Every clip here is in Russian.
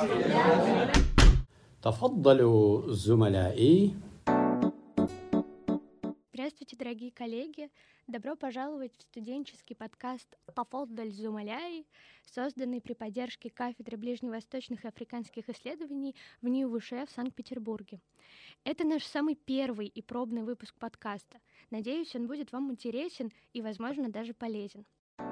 تفضلوا زملائي. Здравствуйте, дорогие коллеги! Добро пожаловать в студенческий подкаст «Тафаддаль Зумаляй», созданный при поддержке кафедры ближневосточных и африканских исследований в НИУ-ВШЭ в Санкт-Петербурге. Это наш самый первый и пробный выпуск подкаста. Надеюсь, он будет вам интересен и, возможно, даже полезен.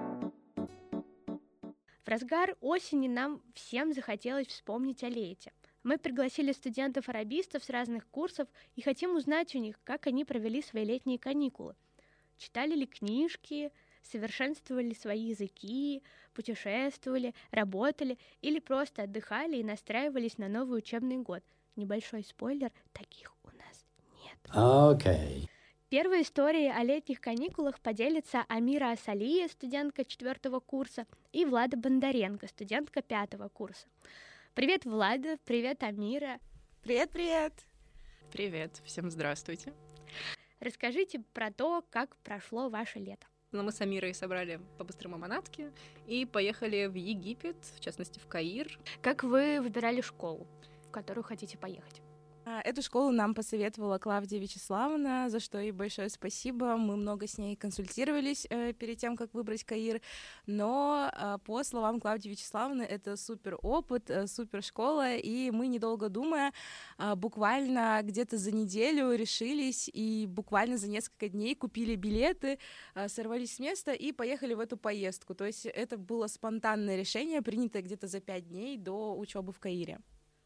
В разгар осени нам всем захотелось вспомнить о лете. Мы пригласили студентов-арабистов с разных курсов и хотим узнать у них, как они провели свои летние каникулы. Читали ли книжки, совершенствовали свои языки, путешествовали, работали или просто отдыхали и настраивались на новый учебный год. Небольшой спойлер, таких у нас нет. Okay. Первой историей о летних каникулах поделится Амира Асалия, студентка 4 курса, и Влада Бондаренко, студентка 5 курса. Привет, Влада, привет, Амира. Привет-привет. Привет, всем здравствуйте. Расскажите про то, как прошло ваше лето. Мы с Амирой собрали по-быстрому манатки и поехали в Египет, в частности, в Каир. Как вы выбирали школу, в которую хотите поехать? Эту школу нам посоветовала Клавдия Вячеславовна, за что ей большое спасибо. Мы много с ней консультировались перед тем, как выбрать Каир, но по словам Клавдии Вячеславовны, это супер опыт, супер школа, и мы, недолго думая, буквально где-то за неделю решились и буквально за несколько дней купили билеты, сорвались с места и поехали в эту поездку. То есть это было спонтанное решение, принятое где-то за 5 дней до учебы в Каире.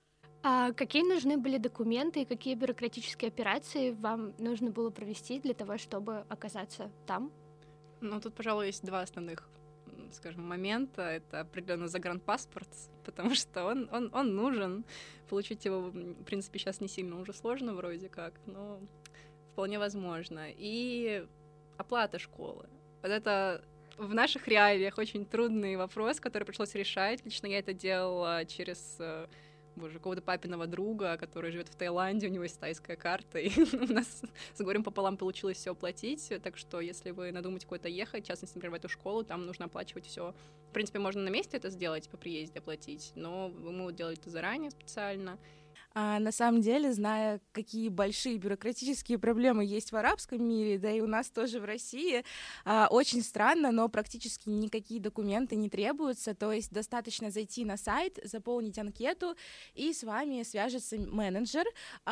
А какие нужны были документы и какие бюрократические операции вам нужно было провести для того, чтобы оказаться там? Ну, тут, пожалуй, есть два основных, скажем, момента. Это определенно загранпаспорт, потому что он нужен. Получить его, в принципе, сейчас не сильно уже сложно вроде как, но вполне возможно. И оплата школы. Вот это в наших реалиях очень трудный вопрос, который пришлось решать. Лично я это делала через какого-то папиного друга, который живет в Таиланде, у него есть тайская карта, и у нас с горем пополам получилось все оплатить, так что если вы надумаете куда-то ехать, в частности, например, в эту школу, там нужно оплачивать все. В принципе, можно на месте это сделать, по приезде оплатить, но мы делали это заранее специально. На самом деле, зная, какие большие бюрократические проблемы есть в арабском мире, да и у нас тоже в России, очень странно, но практически никакие документы не требуются, то есть достаточно зайти на сайт, заполнить анкету, и с вами свяжется менеджер,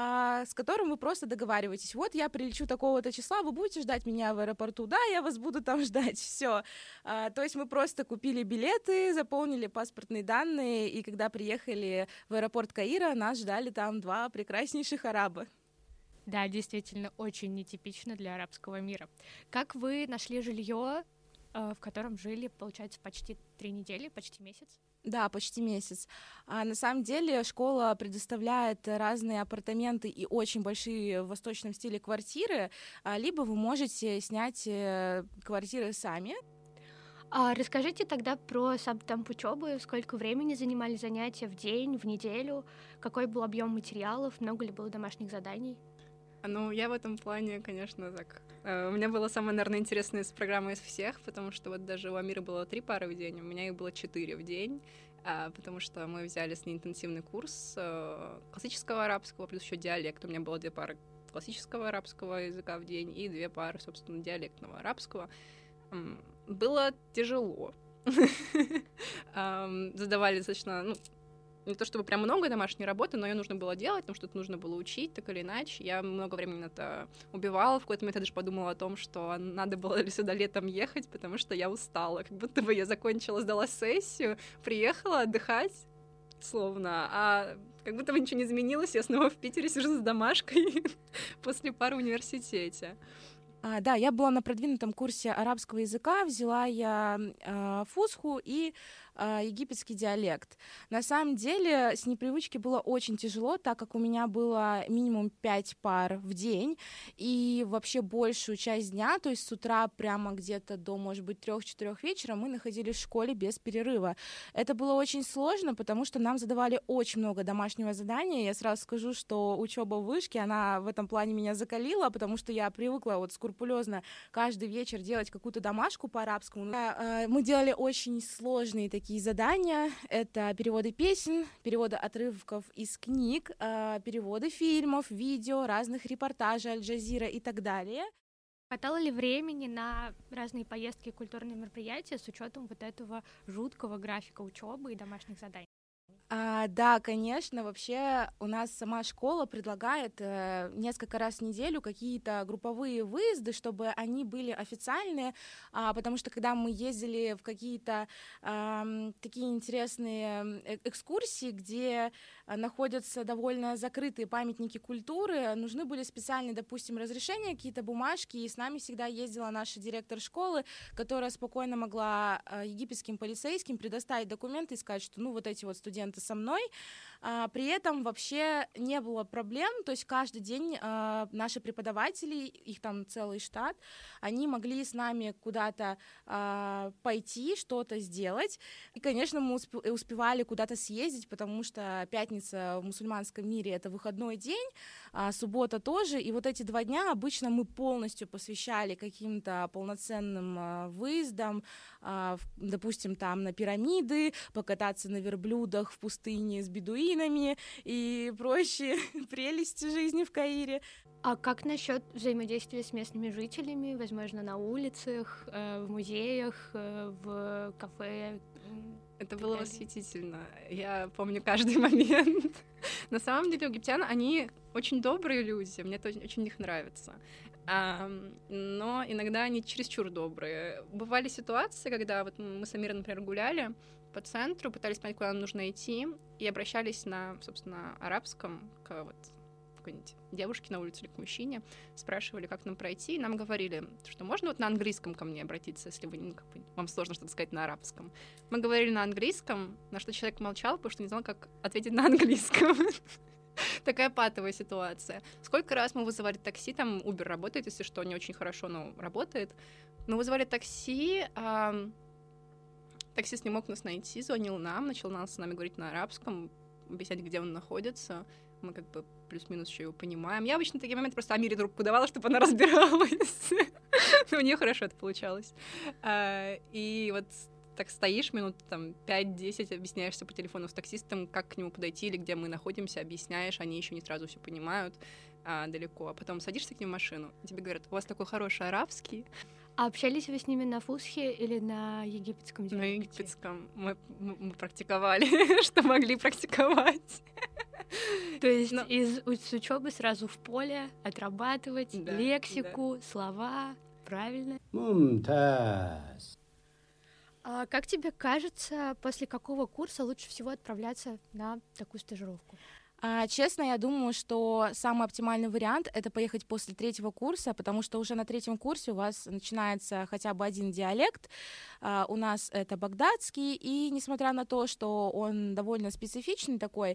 с которым вы просто договариваетесь. Вот я прилечу такого-то числа, вы будете ждать меня в аэропорту? Да, я вас буду там ждать, все. То есть мы просто купили билеты, заполнили паспортные данные, и когда приехали в аэропорт Каира, нас ждали там 2 прекраснейших араба. Да, действительно, очень нетипично для арабского мира. Как вы нашли жилье, в котором жили, получается, почти 3 недели, почти месяц? Да, почти месяц. На самом деле школа предоставляет разные апартаменты и очень большие в восточном стиле квартиры, либо вы можете снять квартиры сами. Расскажите тогда про сам темп учебы, сколько времени занимали занятия в день, в неделю, какой был объем материалов, много ли было домашних заданий? Ну, я в этом плане, конечно, так. У меня была самая, наверное, интересная программа из всех, потому что вот даже у Амиры было 3 пары в день, у меня их было 4 в день, потому что мы взяли с ней интенсивный курс классического арабского, плюс еще диалект. У меня было 2 пары классического арабского языка в день и 2 пары, собственно, диалектного арабского. Было тяжело. Задавали достаточно, не то чтобы прям много домашней работы, но ее нужно было делать, потому что это нужно было учить, так или иначе. Я много времени на это убивала. В какой-то момент я даже подумала о том, что надо было ли сюда летом ехать, потому что я устала. Как будто бы я закончила, сдала сессию, приехала отдыхать, словно, а как будто бы ничего не изменилось. Я снова в Питере сижу с домашкой после пары в университете. Да, я была на продвинутом курсе арабского языка, взяла я фусху и египетский диалект. На самом деле с непривычки было очень тяжело, так как у меня было минимум 5 пар в день, и вообще большую часть дня, то есть с утра прямо где-то до, может быть, 3-4 вечера мы находились в школе без перерыва. Это было очень сложно, потому что нам задавали очень много домашнего задания. Я сразу скажу, что учеба в вышке, она в этом плане меня закалила, потому что я привыкла вот с скрупулезно каждый вечер делать какую-то домашку по арабскому. Мы делали очень сложные такие задания. Это переводы песен, переводы отрывков из книг, переводы фильмов, видео, разных репортажей Аль-Джазира и так далее. Хватало ли времени на разные поездки и культурные мероприятия с учетом вот этого жуткого графика учебы и домашних заданий? Да, конечно. Вообще у нас сама школа предлагает несколько раз в неделю какие-то групповые выезды, чтобы они были официальные, потому что когда мы ездили в какие-то такие интересные экскурсии, где находятся довольно закрытые памятники культуры, нужны были специальные, допустим, разрешения, какие-то бумажки, и с нами всегда ездила наша директор школы, которая спокойно могла египетским полицейским предоставить документы и сказать, что вот эти вот студенты со мной. При этом вообще не было проблем, то есть каждый день наши преподаватели, их там целый штат, они могли с нами куда-то пойти, что-то сделать. И, конечно, мы успевали куда-то съездить, потому что пятница в мусульманском мире — это выходной день, суббота тоже, и вот эти 2 дня обычно мы полностью посвящали каким-то полноценным выездам, допустим, там на пирамиды, покататься на верблюдах в пустыне с бедуинами и прочие прелести жизни в Каире. А как насчет взаимодействия с местными жителями, возможно, на улицах, в музеях, в кафе? Это было восхитительно. Я помню каждый момент. На самом деле, египтяне, они очень добрые люди, мне это очень их нравится. Но иногда они чересчур добрые. Бывали ситуации, когда вот мы с Амиром, например, гуляли по центру, пытались понять, куда нам нужно идти, и обращались на, собственно, арабском к какой-нибудь девушке на улице или к мужчине, спрашивали, как нам пройти, и нам говорили, что можно вот на английском ко мне обратиться, если вам сложно что-то сказать на арабском. Мы говорили на английском, на что человек молчал, потому что не знал, как ответить на английском. Такая патовая ситуация. Сколько раз мы вызывали такси, там Uber работает, если что, не очень хорошо, но работает. Мы вызывали такси, таксист не мог нас найти, звонил нам, начал с нами говорить на арабском, объяснять, где он находится. Мы как бы плюс-минус еще его понимаем. Я обычно в такие моменты просто Амире трубку давала, чтобы она разбиралась. Но у нее хорошо это получалось. И вот так стоишь минут там 5-10, объясняешься по телефону с таксистом, как к нему подойти или где мы находимся, объясняешь, они еще не сразу все понимают далеко. А потом садишься к ним в машину, и тебе говорят, у вас такой хороший арабский. А общались вы с ними на фусхе или на египетском диалекте? На египетском. Мы практиковали, что могли практиковать. То есть из учебы сразу в поле отрабатывать лексику, слова, правильно? ممتاز. А как тебе кажется, после какого курса лучше всего отправляться на такую стажировку? Честно, я думаю, что самый оптимальный вариант — это поехать после 3-го курса, потому что уже на 3-м курсе у вас начинается хотя бы один диалект. У нас это багдадский, и несмотря на то, что он довольно специфичный такой,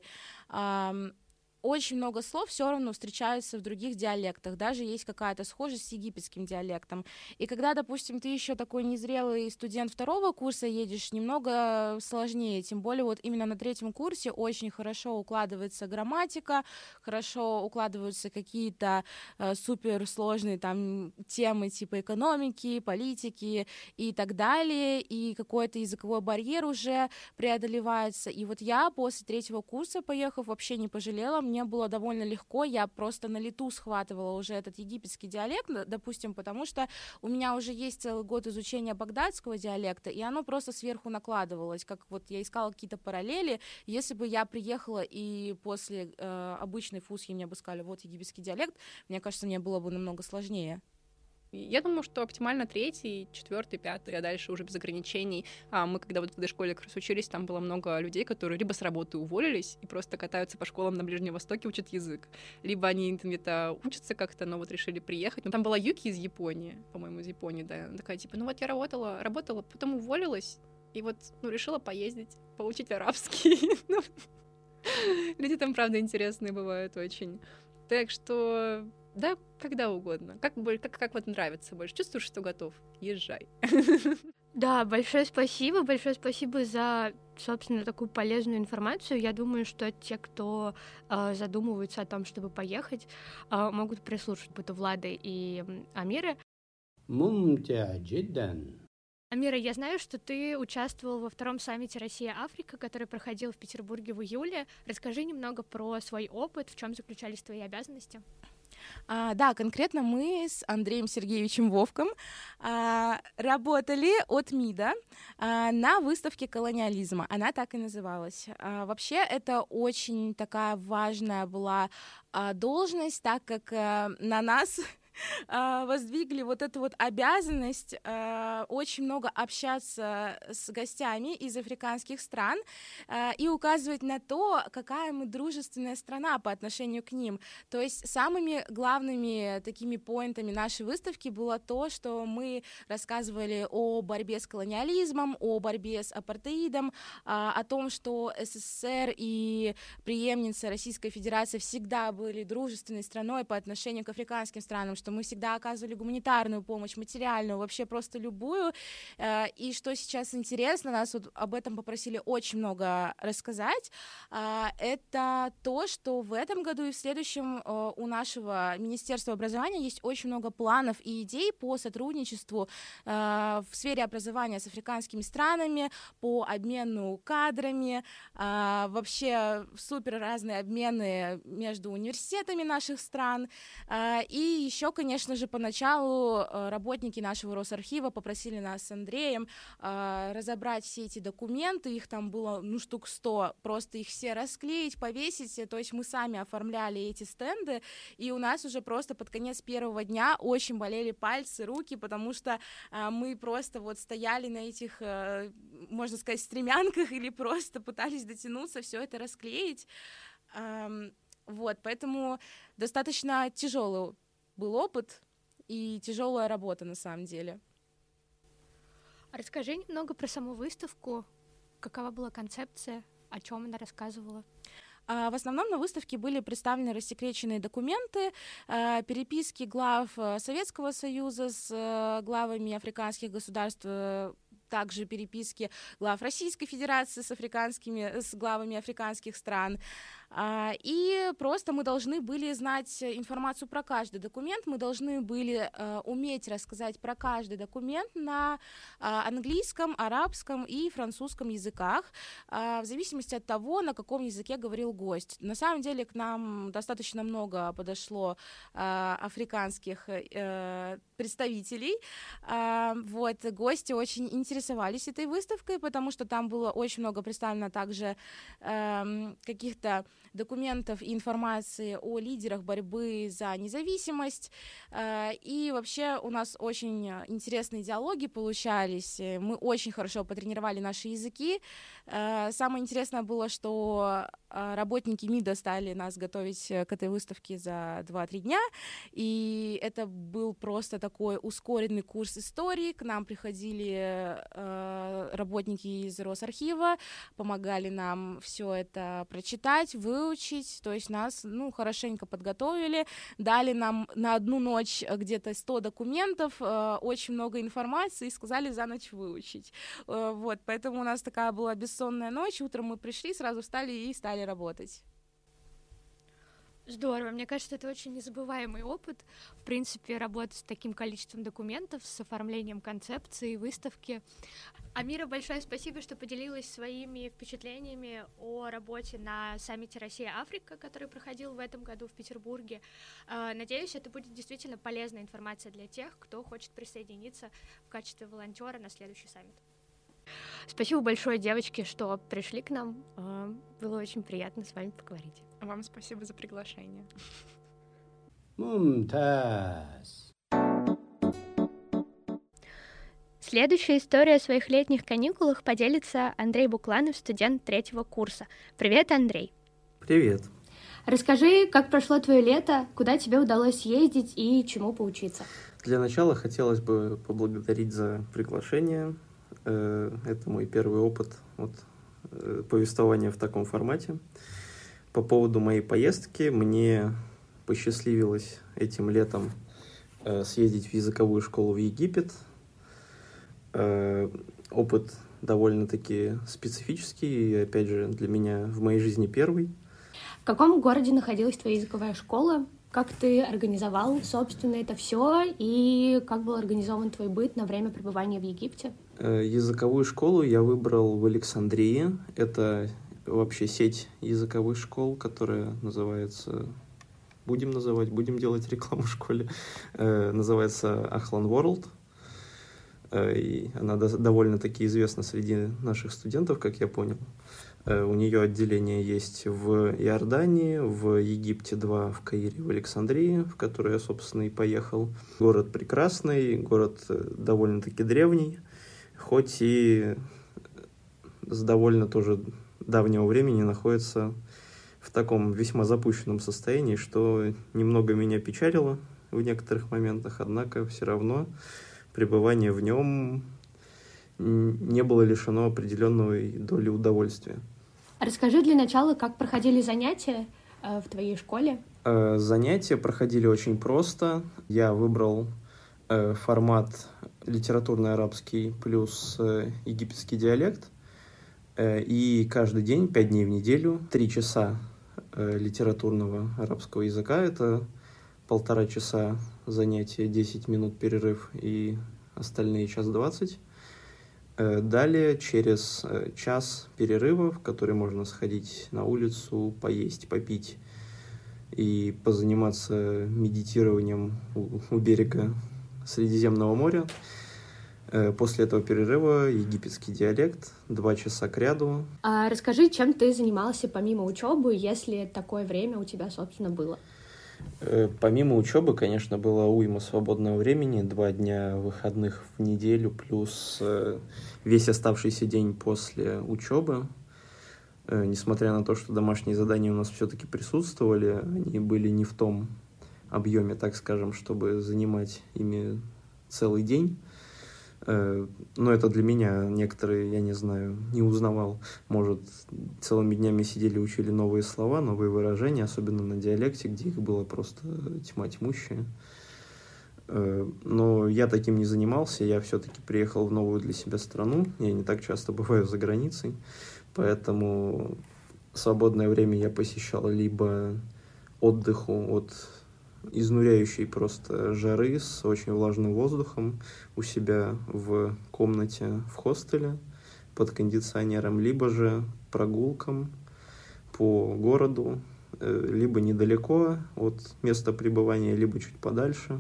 очень много слов все равно встречаются в других диалектах, даже есть какая-то схожесть с египетским диалектом. И когда, допустим, ты еще такой незрелый студент 2-го курса едешь, немного сложнее, тем более вот именно на 3-м курсе очень хорошо укладывается грамматика, хорошо укладываются какие-то суперсложные там темы типа экономики, политики и так далее, и какой-то языковой барьер уже преодолевается. И вот я после 3-го курса, поехав, вообще не пожалела, мне было довольно легко, я просто на лету схватывала уже этот египетский диалект, допустим, потому что у меня уже есть целый год изучения багдадского диалекта, и оно просто сверху накладывалось, как вот я искала какие-то параллели. Если бы я приехала и после обычной фусхи мне бы сказали, вот египетский диалект, мне кажется, мне было бы намного сложнее. Я думаю, что оптимально 3-й, 4-й, 5-й, а дальше уже без ограничений. Мы, когда вот в этой школе как раз учились, там было много людей, которые либо с работы уволились и просто катаются по школам на Ближнем Востоке, учат язык, либо они там где-то учатся как-то, но вот решили приехать. Но там была Юки из Японии, по-моему, из Японии, да, она такая, типа, ну вот я работала, потом уволилась, и вот, решила поездить, поучить арабский. Люди там, правда, интересные бывают очень. Так что... Да, когда угодно. Как вот нравится больше. Чувствуешь, что готов? Езжай. Да, большое спасибо за собственно, такую полезную информацию. Я думаю, что те, кто задумываются о том, чтобы поехать, могут прислушать Влады и Амиры. ممتع جدا. Амира, я знаю, что ты участвовал во втором саммите Россия-Африка, который проходил в Петербурге в июле. Расскажи немного про свой опыт, в чем заключались твои обязанности. Да, конкретно мы с Андреем Сергеевичем Вовком работали от МИДа на выставке колониализма. Она так и называлась. Вообще, это очень такая важная была должность, так как на нас воздвигли вот эту вот обязанность очень много общаться с гостями из африканских стран и указывать на то, какая мы дружественная страна по отношению к ним. То есть самыми главными такими поинтами нашей выставки было то, что мы рассказывали о борьбе с колониализмом, о борьбе с апартеидом, о том, что СССР и преемница Российской Федерации всегда были дружественной страной по отношению к африканским странам, что мы всегда оказывали гуманитарную помощь, материальную, вообще просто любую. И что сейчас интересно, нас вот об этом попросили очень много рассказать, это то, что в этом году и в следующем у нашего Министерства образования есть очень много планов и идей по сотрудничеству в сфере образования с африканскими странами, по обмену кадрами, вообще супер разные обмены между университетами наших стран. И еще, конечно же, поначалу работники нашего Росархива попросили нас с Андреем разобрать все эти документы, их там было, штук 100, просто их все расклеить, повесить, то есть мы сами оформляли эти стенды, и у нас уже просто под конец первого дня очень болели пальцы, руки, потому что мы просто вот стояли на этих, можно сказать, стремянках или просто пытались дотянуться, все это расклеить. Вот, поэтому достаточно тяжелый был опыт и тяжелая работа на самом деле. Расскажи немного про саму выставку. Какова была концепция, о чем она рассказывала? В основном на выставке были представлены рассекреченные документы, переписки глав Советского Союза с главами африканских государств, также переписки глав Российской Федерации с главами африканских стран. И просто мы должны были знать информацию про каждый документ, мы должны были уметь рассказать про каждый документ на английском, арабском и французском языках, в зависимости от того, на каком языке говорил гость. На самом деле к нам достаточно много подошло африканских представителей. Вот, гости очень интересовались этой выставкой, потому что там было очень много представлено также каких-то документов и информации о лидерах борьбы за независимость. И вообще у нас очень интересные диалоги получались. Мы очень хорошо потренировали наши языки. Самое интересное было, что работники МИДа стали нас готовить к этой выставке за 2-3 дня. И это был просто такой ускоренный курс истории. К нам приходили работники из Росархива, помогали нам все это прочитать, выучить, то есть нас, хорошенько подготовили, дали нам на одну ночь где-то 100 документов, очень много информации и сказали за ночь выучить. Вот, поэтому у нас такая была бессонная ночь, утром мы пришли, сразу встали и стали работать. Здорово. Мне кажется, это очень незабываемый опыт. В принципе, работать с таким количеством документов, с оформлением концепции, выставки. Амира, большое спасибо, что поделилась своими впечатлениями о работе на саммите Россия-Африка, который проходил в этом году в Петербурге. Надеюсь, это будет действительно полезная информация для тех, кто хочет присоединиться в качестве волонтера на следующий саммит. Спасибо большое, девочки, что пришли к нам. Было очень приятно с вами поговорить. Вам спасибо за приглашение. ممتاز. Следующая история о своих летних каникулах поделится Андрей Букланов, студент 3-го курса. Привет, Андрей. Привет. Расскажи, как прошло твое лето, куда тебе удалось ездить и чему поучиться? Для начала хотелось бы поблагодарить за приглашение. Это мой первый опыт повествования в таком формате. По поводу моей поездки, мне посчастливилось этим летом съездить в языковую школу в Египет. Опыт довольно-таки специфический, и, опять же, для меня в моей жизни первый. В каком городе находилась твоя языковая школа? Как ты организовал, собственно, это все, и как был организован твой быт на время пребывания в Египте? Языковую школу я выбрал в Александрии. Это вообще сеть языковых школ, которая называется... Будем делать рекламу в школе. Называется Ahlan World. И она довольно-таки известна среди наших студентов, как я понял. У нее отделение есть в Иордании, в Египте 2, в Каире, в Александрии, в который я, собственно, и поехал. Город прекрасный, город довольно-таки древний, хоть и с довольно тоже давнего времени находится в таком весьма запущенном состоянии, что немного меня печалило в некоторых моментах, однако все равно пребывание в нем не было лишено определенной доли удовольствия. Расскажи для начала, как проходили занятия в твоей школе? Занятия проходили очень просто. Я выбрал формат литературный арабский плюс египетский диалект. И каждый день, 5 дней в неделю, 3 часа литературного арабского языка. Это 1,5 часа занятия, 10 минут перерыв и остальные 1:20. Далее, через час перерыва, в который можно сходить на улицу, поесть, попить и позаниматься медитированием у берега Средиземного моря. После этого перерыва египетский диалект, 2 часа кряду. Расскажи, чем ты занимался помимо учебы, если такое время у тебя, собственно, было? Помимо учебы, конечно, было уйма свободного времени, 2 дня выходных в неделю, плюс весь оставшийся день после учебы. Несмотря на то, что домашние задания у нас все-таки присутствовали, они были не в том объеме, так скажем, чтобы занимать ими целый день. Но это для меня некоторые, я не знаю, не узнавал. Может, целыми днями сидели, учили новые слова, новые выражения, особенно на диалекте, где их было просто тьма тьмущая. Но я таким не занимался, я все-таки приехал в новую для себя страну, я не так часто бываю за границей, поэтому свободное время я посещал либо отдыху от изнуряющей просто жары с очень влажным воздухом у себя в комнате в хостеле под кондиционером, либо же прогулкам по городу, либо недалеко от места пребывания, либо чуть подальше.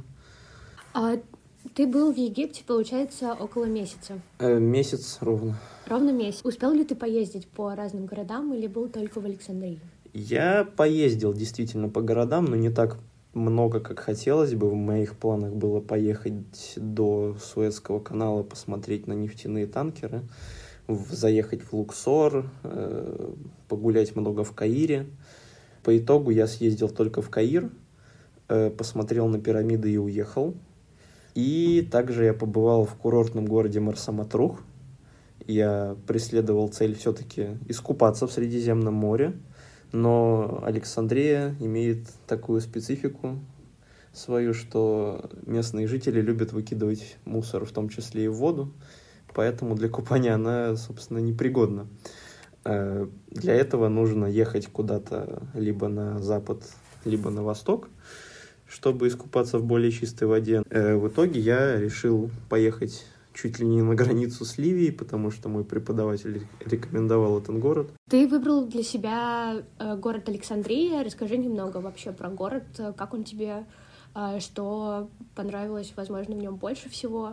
Ты был в Египте, получается, около месяца? Месяц ровно. Ровно месяц. Успел ли ты поездить по разным городам или был только в Александрии? Я поездил действительно по городам, но не так много, как хотелось бы. В моих планах было поехать до Суэцкого канала, посмотреть на нефтяные танкеры, заехать в Луксор, погулять много в Каире. По итогу я съездил только в Каир, посмотрел на пирамиды и уехал. И также я побывал в курортном городе Марса-Матрух. Я преследовал цель все-таки искупаться в Средиземном море. Но Александрия имеет такую специфику свою, что местные жители любят выкидывать мусор, в том числе и в воду, поэтому для купания она, собственно, непригодна. Для этого нужно ехать куда-то либо на запад, либо на восток, чтобы искупаться в более чистой воде. В итоге я решил поехать чуть ли не на границу с Ливией, потому что мой преподаватель рекомендовал этот город. Ты выбрал для себя город Александрия. Расскажи немного вообще про город, как он тебе, что понравилось, возможно, в нем больше всего.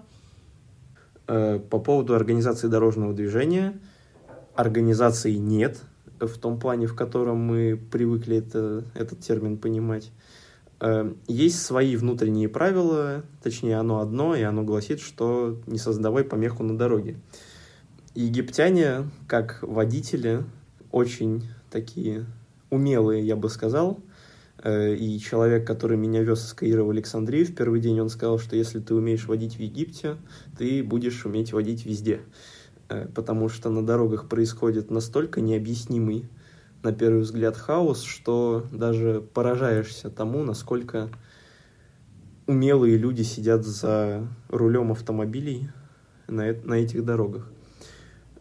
По поводу организации дорожного движения, организации нет, в том плане, в котором мы привыкли этот термин понимать. Есть свои внутренние правила, точнее, оно одно, и оно гласит, что не создавай помеху на дороге. Египтяне, как водители, очень такие умелые, я бы сказал. И человек, который меня вез из Каира в Александрию в первый день, он сказал, что если ты умеешь водить в Египте, ты будешь уметь водить везде. Потому что на дорогах происходит настолько необъяснимый, на первый взгляд, хаос, что даже поражаешься тому, насколько умелые люди сидят за рулем автомобилей на этих дорогах.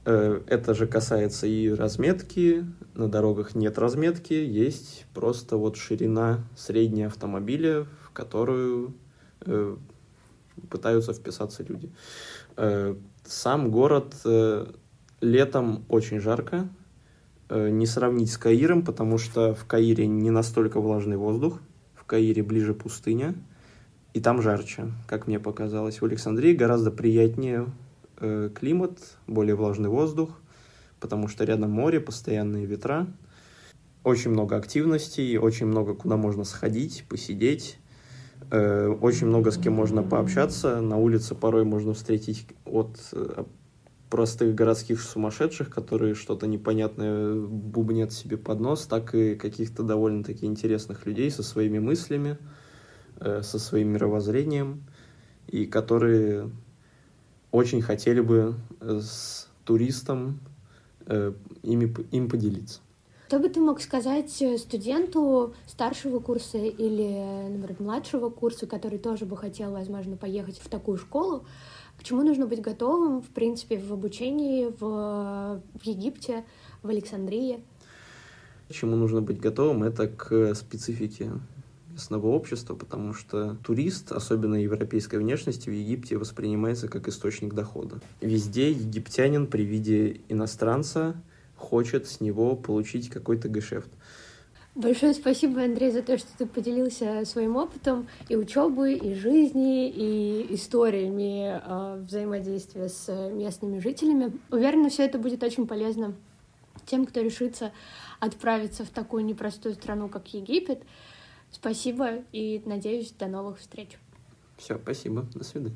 Это же касается и разметки. На дорогах нет разметки, есть просто вот ширина средней автомобиля, в которую пытаются вписаться люди. Сам город летом очень жарко. Не сравнить с Каиром, потому что в Каире не настолько влажный воздух, в Каире ближе пустыня, и там жарче, как мне показалось. В Александрии гораздо приятнее климат, более влажный воздух, потому что рядом море, постоянные ветра, очень много активностей, очень много куда можно сходить, посидеть, очень много с кем можно пообщаться. На улице порой можно встретить от простых городских сумасшедших, которые что-то непонятное бубнят себе под нос, так и каких-то довольно-таки интересных людей со своими мыслями, со своим мировоззрением, и которые очень хотели бы с туристом им поделиться. Что бы ты мог сказать студенту старшего курса или, наоборот, младшего курса, который тоже бы хотел, возможно, поехать в такую школу, к чему нужно быть готовым, в принципе, в обучении в Египте, в Александрии? К чему нужно быть готовым, это к специфике местного общества, потому что турист, особенно европейской внешности, в Египте воспринимается как источник дохода. Везде египтянин при виде иностранца хочет с него получить какой-то гешефт. Большое спасибо, Андрей, за то, что ты поделился своим опытом и учебы, и жизни, и историями взаимодействия с местными жителями. Уверена, все это будет очень полезно тем, кто решится отправиться в такую непростую страну, как Египет. Спасибо и, надеюсь, до новых встреч. Все, спасибо. До свидания.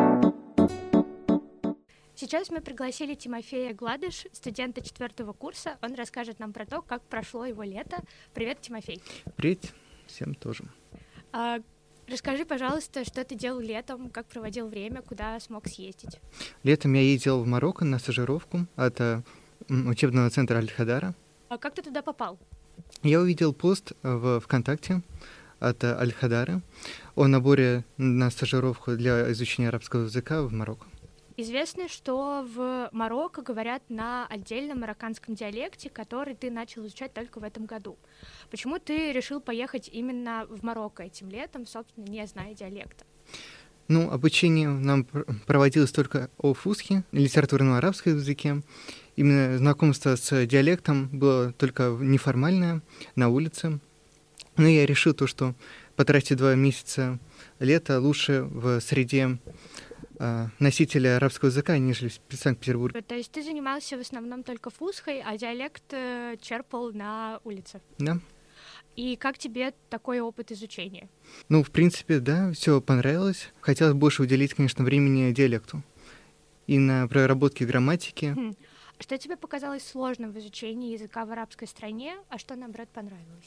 Сейчас мы пригласили Тимофея Гладыш, студента 4-го курса. Он расскажет нам про то, как прошло его лето. Привет, Тимофей. Привет, всем тоже. Расскажи, пожалуйста, что ты делал летом, как проводил время, куда смог съездить? Летом я ездил в Марокко на стажировку от учебного центра Аль-Хадара. А как ты туда попал? Я увидел пост в ВКонтакте от Аль-Хадара о наборе на стажировку для изучения арабского языка в Марокко. Известно, что в Марокко говорят на отдельном марокканском диалекте, который ты начал изучать только в этом году. Почему ты решил поехать именно в Марокко этим летом, собственно, не зная диалекта? Обучение нам проводилось только о фусхе, литературном арабском языке. Именно знакомство с диалектом было только неформальное, на улице. Но я решил что потратить 2 месяца лета лучше в среде носителя арабского языка, нежели в Санкт-Петербурге. То есть ты занимался в основном только фусхой, а диалект черпал на улице? Да. И как тебе такой опыт изучения? В принципе, да, все понравилось. Хотелось больше уделить, конечно, времени диалекту и на проработке грамматики. Что тебе показалось сложным в изучении языка в арабской стране, а что, наоборот, понравилось?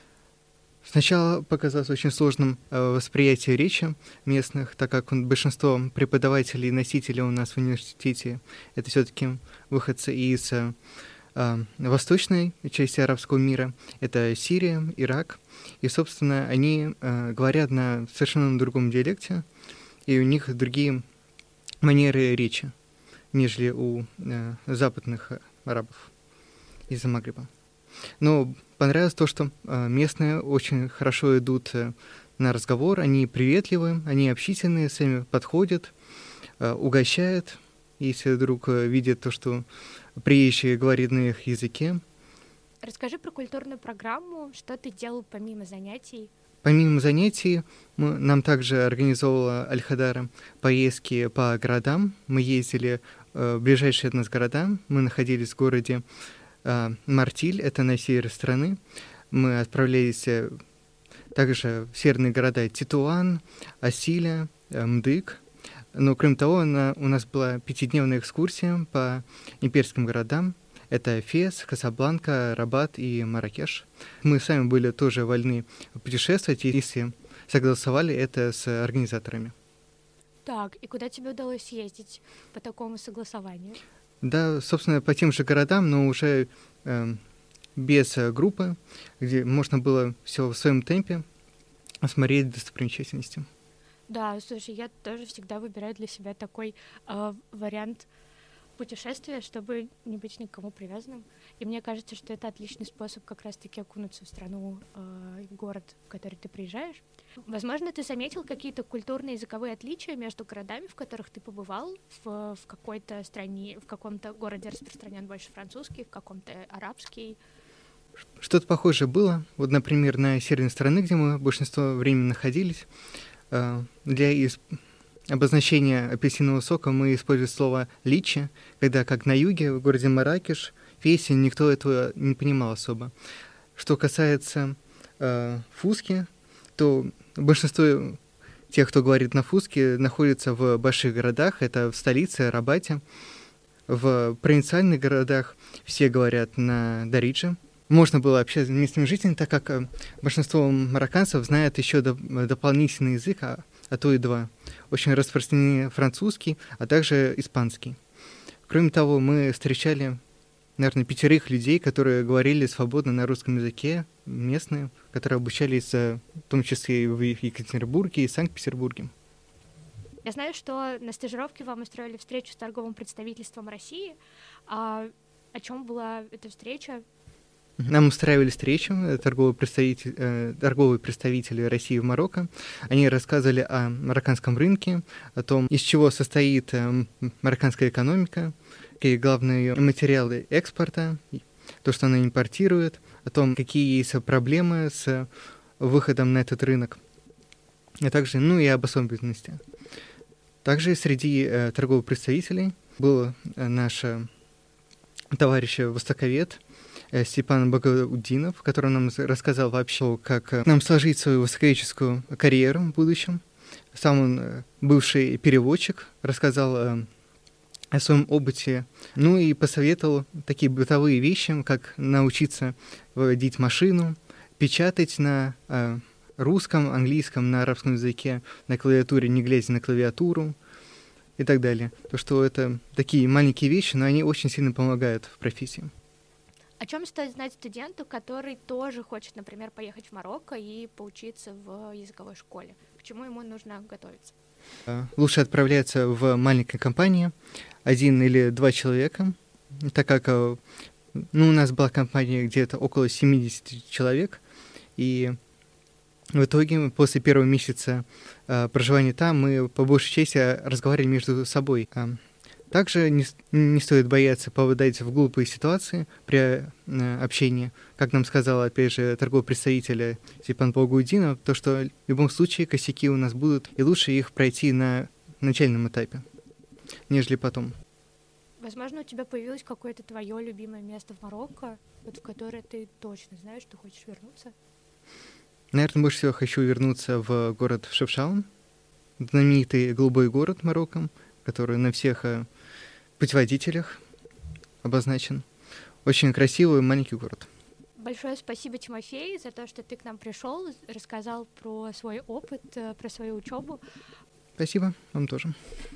Сначала показалось очень сложным восприятие речи местных, так как большинство преподавателей и носителей у нас в университете это все-таки выходцы из восточной части арабского мира, это Сирия, Ирак, и, собственно, они говорят на совершенно другом диалекте, и у них другие манеры речи, нежели у западных арабов из Магриба. Но понравилось то, что местные очень хорошо идут на разговор, они приветливы, они общительные, сами подходят, угощают, если вдруг видят то, что приезжий говорит на их языке. Расскажи про культурную программу, что ты делал помимо занятий? Помимо занятий, нам также организовала Аль-Хадара поездки по городам. Мы ездили в ближайшие от нас города, мы находились в городе Мартиль, это на севере страны. Мы отправлялись также в северные города Тетуан, Асиля, Мдык. Но, кроме того, у нас была 5-дневная экскурсия по имперским городам. Это Фес, Касабланка, Рабат и Марракеш. Мы сами были тоже вольны путешествовать, если согласовали это с организаторами. Так, и куда тебе удалось съездить по такому согласованию? Да, собственно, по тем же городам, но уже без группы, где можно было все в своем темпе осмотреть достопримечательности. Да, слушай, я тоже всегда выбираю для себя такой вариант путешествие, чтобы не быть никому привязанным. И мне кажется, что это отличный способ как раз-таки окунуться в страну, город, в который ты приезжаешь. Возможно, ты заметил какие-то культурные языковые отличия между городами, в которых ты побывал, в какой-то стране, в каком-то городе распространен больше французский, в каком-то арабский. Что-то похожее было. Вот, например, на северной стороне, где мы большинство времени находились, для обозначения апельсинового сока мы используем слово «личи», когда, как на юге, в городе Марракеш, Фесе, никто этого не понимал особо. Что касается фуски, то большинство тех, кто говорит на фуске, находятся в больших городах, это в столице, Рабате. В провинциальных городах все говорят на даридже. Можно было общаться с местными жителями, так как большинство марокканцев знает еще дополнительный язык, а то и два. Очень распространены французский, а также испанский. Кроме того, мы встречали, наверное, 5 людей, которые говорили свободно на русском языке, местные, которые обучались в том числе и в Екатеринбурге и Санкт-Петербурге. Я знаю, что на стажировке вам устроили встречу с торговым представительством России. О чем была эта встреча? Нам устраивали встречу торговые представители России в Марокко. Они рассказывали о марокканском рынке, о том, из чего состоит марокканская экономика, какие главные материалы экспорта, то, что она импортирует, о том, какие есть проблемы с выходом на этот рынок, а также, и об особенностях. Также среди торговых представителей был наш товарищ востоковед Степан Багаудинов, который нам рассказал вообще, как нам сложить свою востоковедческую карьеру в будущем. Сам он бывший переводчик, рассказал о своем опыте, и посоветовал такие бытовые вещи, как научиться водить машину, печатать на русском, английском, на арабском языке, на клавиатуре, не глядя на клавиатуру и так далее. То, что это такие маленькие вещи, но они очень сильно помогают в профессии. О чем стоит знать студенту, который тоже хочет, например, поехать в Марокко и поучиться в языковой школе? К чему ему нужно готовиться? Лучше отправляться в маленькой компании, 1 или 2 человека, так как у нас была компания где-то около 70 человек, и в итоге после первого месяца проживания там мы по большей части разговаривали между собой. Также не стоит бояться попадать в глупые ситуации при общении. Как нам сказал, опять же, торговый представитель Степан Багаудинов, то, что в любом случае косяки у нас будут, и лучше их пройти на начальном этапе, нежели потом. Возможно, у тебя появилось какое-то твое любимое место в Марокко, в которое ты точно знаешь, что хочешь вернуться? Наверное, больше всего хочу вернуться в город Шефшаун, знаменитый голубой город Марокко, который на всех путеводителях обозначен. Очень красивый маленький город. Большое спасибо, Тимофей, за то, что ты к нам пришел, рассказал про свой опыт, про свою учебу. Спасибо, вам тоже.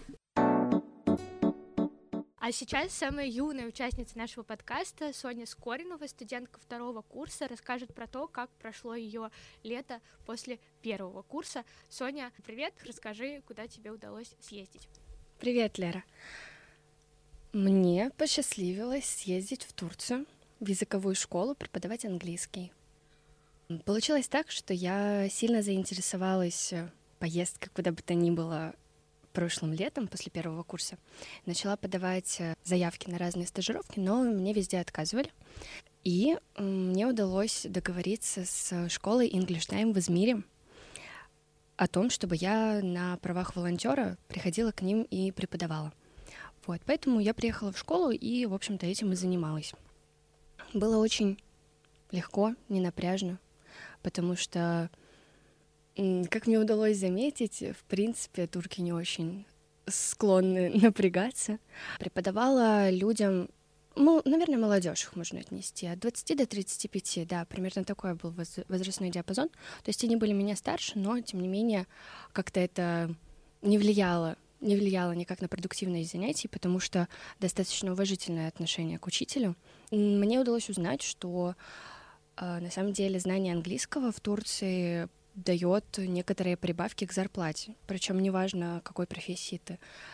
А сейчас самая юная участница нашего подкаста, Соня Скоринова, студентка 2-го курса, расскажет про то, как прошло ее лето после 1-го курса. Соня, привет, расскажи, куда тебе удалось съездить. Привет, Лера. Мне посчастливилось съездить в Турцию, в языковую школу, преподавать английский. Получилось так, что я сильно заинтересовалась поездкой куда бы то ни было прошлым летом, после 1-го курса. Начала подавать заявки на разные стажировки, но мне везде отказывали. И мне удалось договориться с школой English Time в Измире о том, чтобы я на правах волонтера приходила к ним и преподавала. Вот, поэтому я приехала в школу и, в общем-то, этим и занималась. Было очень легко, ненапряжно, потому что, как мне удалось заметить, в принципе, турки не очень склонны напрягаться. Преподавала людям, наверное, молодежь их можно отнести, от 20 до 35, да, примерно такой был возрастной диапазон. То есть они были меня старше, но, тем не менее, как-то это не влияло никак на продуктивность занятий, потому что достаточно уважительное отношение к учителю. Мне удалось узнать, что на самом деле знание английского в Турции дает некоторые прибавки к зарплате. Причем неважно, какой профессии ты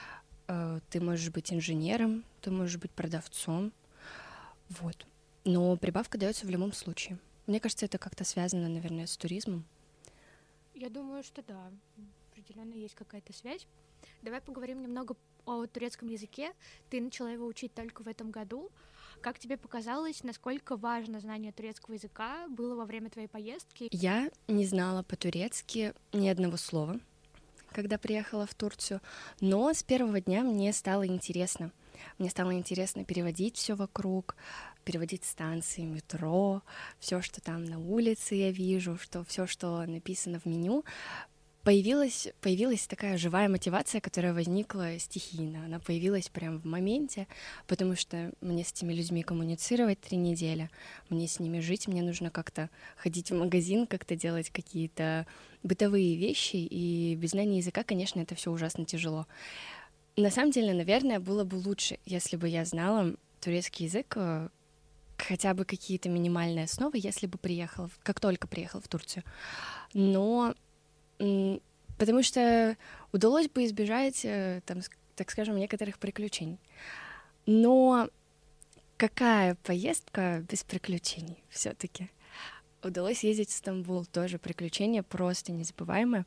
ты можешь быть инженером, ты можешь быть продавцом, вот. Но прибавка дается в любом случае. Мне кажется, это как-то связано, наверное, с туризмом. Я думаю, что да, определенно есть какая-то связь. Давай поговорим немного о турецком языке. Ты начала его учить только в этом году. Как тебе показалось, насколько важно знание турецкого языка было во время твоей поездки? Я не знала по-турецки ни одного слова, когда приехала в Турцию, но с первого дня мне стало интересно. Мне стало интересно переводить все вокруг, переводить станции, метро, все, что там на улице я вижу, что все, что написано в меню. Появилась такая живая мотивация, которая возникла стихийно. Она появилась прямо в моменте, потому что мне с этими людьми коммуницировать 3 недели, мне с ними жить, мне нужно как-то ходить в магазин, как-то делать какие-то бытовые вещи, и без знания языка, конечно, это все ужасно тяжело. На самом деле, наверное, было бы лучше, если бы я знала турецкий язык, хотя бы какие-то минимальные основы, если бы как только приехала в Турцию. Но потому что удалось бы избежать, там, так скажем, некоторых приключений. Но какая поездка без приключений все-таки? Удалось ездить в Стамбул, тоже приключение просто незабываемое.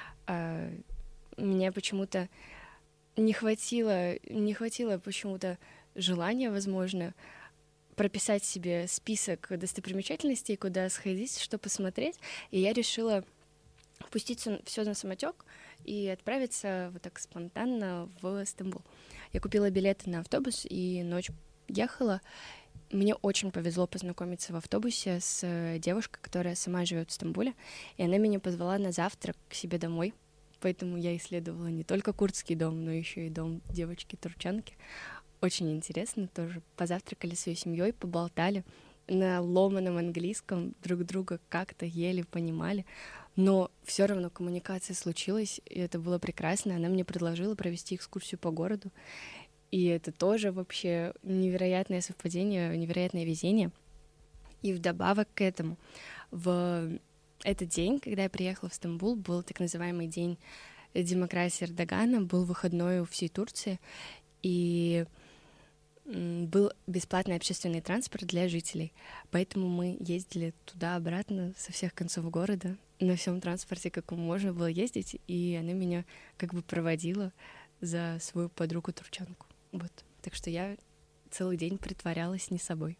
Мне почему-то не хватило почему-то желания, возможно, прописать себе список достопримечательностей, куда сходить, что посмотреть, и я решила пустить все на самотек и отправиться вот так спонтанно в Стамбул. Я купила билеты на автобус и ночь ехала. Мне очень повезло познакомиться в автобусе с девушкой, которая сама живет в Стамбуле, и она меня позвала на завтрак к себе домой. Поэтому я исследовала не только курдский дом, но еще и дом девочки-турчанки. Очень интересно тоже. Позавтракали с ее семьей, поболтали на ломаном английском, друг друга как-то еле понимали. Но все равно коммуникация случилась, и это было прекрасно. Она мне предложила провести экскурсию по городу. И это тоже вообще невероятное совпадение, невероятное везение. И вдобавок к этому, в этот день, когда я приехала в Стамбул, был так называемый день демократии Эрдогана, был выходной у всей Турции, и был бесплатный общественный транспорт для жителей. Поэтому мы ездили туда-обратно со всех концов города на всем транспорте, каком можно было ездить, и она меня как бы проводила за свою подругу-турчанку. Вот. Так что я целый день притворялась не собой.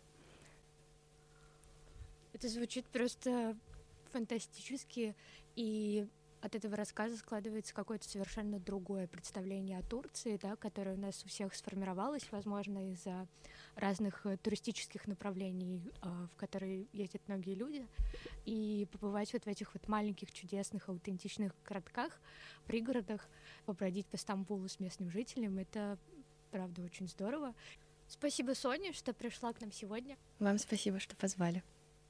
Это звучит просто фантастически, и от этого рассказа складывается какое-то совершенно другое представление о Турции, да, которое у нас у всех сформировалось, возможно, из-за разных туристических направлений, в которые ездят многие люди. И побывать вот в этих вот маленьких, чудесных, аутентичных городках, пригородах, побродить по Стамбулу с местным жителем — это, правда, очень здорово. Спасибо, Соня, что пришла к нам сегодня. Вам спасибо, что позвали.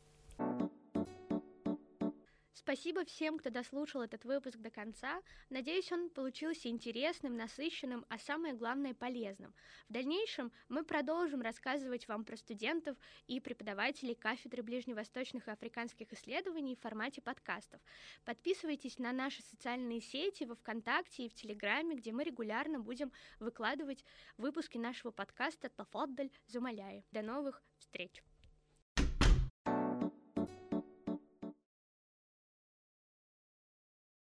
Спасибо всем, кто дослушал этот выпуск до конца. Надеюсь, он получился интересным, насыщенным, а самое главное — полезным. В дальнейшем мы продолжим рассказывать вам про студентов и преподавателей кафедры ближневосточных и африканских исследований в формате подкастов. Подписывайтесь на наши социальные сети во ВКонтакте и в Телеграме, где мы регулярно будем выкладывать выпуски нашего подкаста «Тафаддаль Зумаляи». До новых встреч!